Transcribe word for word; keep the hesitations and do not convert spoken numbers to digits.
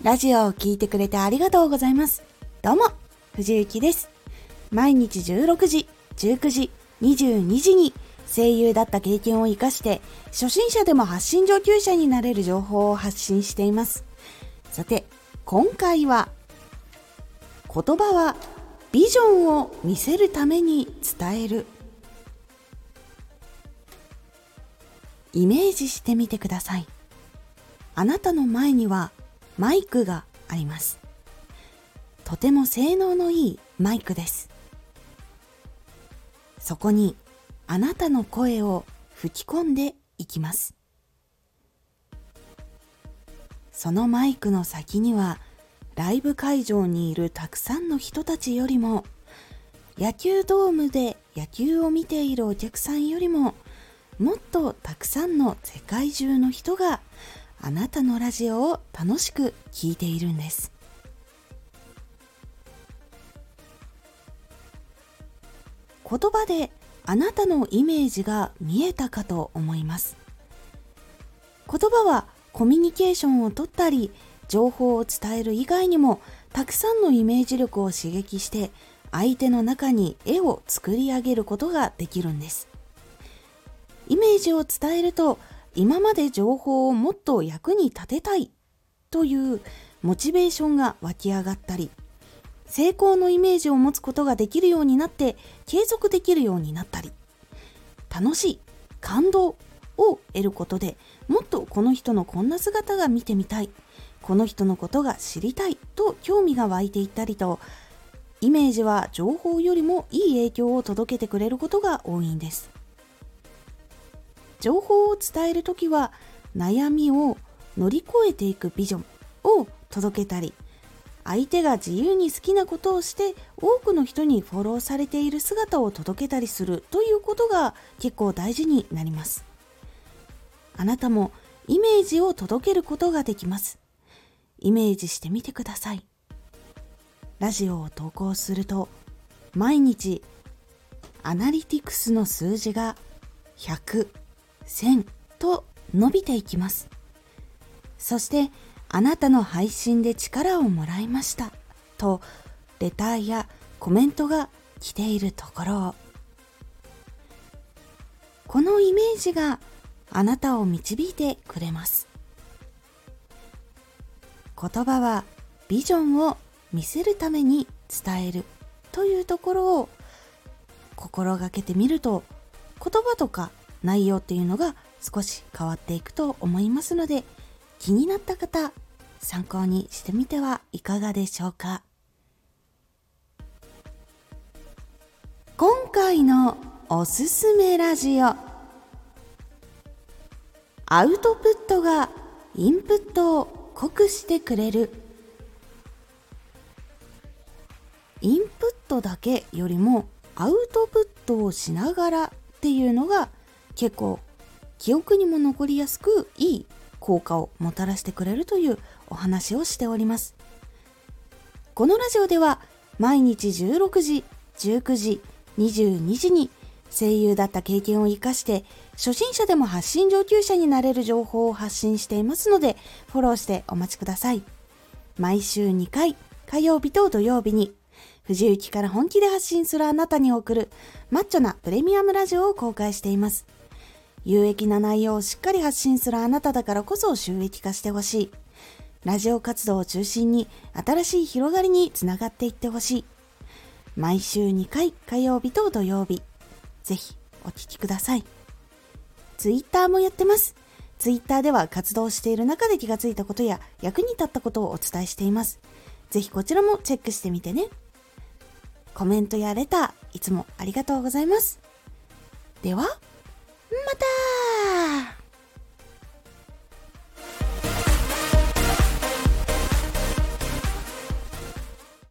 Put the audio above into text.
ラジオを聞いてくれてありがとうございます。どうも、藤幸です。毎日じゅうろくじ、じゅうくじ、にじゅうにじに声優だった経験を生かして初心者でも発信上級者になれる情報を発信しています。さて、今回は言葉はビジョンを見せるために伝える。イメージしてみてください。あなたの前にはマイクがあります。とても性能のいいマイクです。そこにあなたの声を吹き込んでいきます。そのマイクの先にはライブ会場にいるたくさんの人たちよりも、野球ドームで野球を見ているお客さんよりももっとたくさんの世界中の人があなたのラジオを楽しく聞いているんです。言葉であなたのイメージが見えたかと思います。言葉はコミュニケーションを取ったり、情報を伝える以外にもたくさんのイメージ力を刺激して相手の中に絵を作り上げることができるんです。イメージを伝えると、今まで情報をもっと役に立てたいというモチベーションが湧き上がったり、成功のイメージを持つことができるようになって継続できるようになったり、楽しい、感動を得ることでもっとこの人のこんな姿が見てみたい、この人のことが知りたいと興味が湧いていったりと、イメージは情報よりもいい影響を届けてくれることが多いんです。情報を伝えるときは悩みを乗り越えていくビジョンを届けたり、相手が自由に好きなことをして多くの人にフォローされている姿を届けたりするということが結構大事になります。あなたもイメージを届けることができます。イメージしてみてください。ラジオを投稿すると毎日アナリティクスの数字がひゃく、せんと伸びていきます。そしてあなたの配信で力をもらいましたとレターやコメントが来ているところを、このイメージがあなたを導いてくれます。言葉はビジョンを見せるために伝えるというところを心がけてみると、言葉とか内容っていうのが少し変わっていくと思いますので、気になった方、参考にしてみてはいかがでしょうか。今回のおすすめラジオ、アウトプットがインプットを濃くしてくれる。インプットだけよりもアウトプットをしながらっていうのが結構記憶にも残りやすくいい効果をもたらしてくれるというお話をしております。このラジオでは毎日じゅうろくじ、じゅうくじ、にじゅうにじに声優だった経験を生かして初心者でも発信上級者になれる情報を発信していますので、フォローしてお待ちください。毎週にかい、火曜日と土曜日に藤幸から本気で発信するあなたに送るマッチョなプレミアムラジオを公開しています。有益な内容をしっかり発信するあなただからこそ収益化してほしい。ラジオ活動を中心に新しい広がりにつながっていってほしい。毎週にかい、火曜日と土曜日、ぜひお聞きください。ツイッターもやってます。ツイッターでは活動している中で気がついたことや役に立ったことをお伝えしています。ぜひこちらもチェックしてみてね。コメントやレター、いつもありがとうございます。では、また。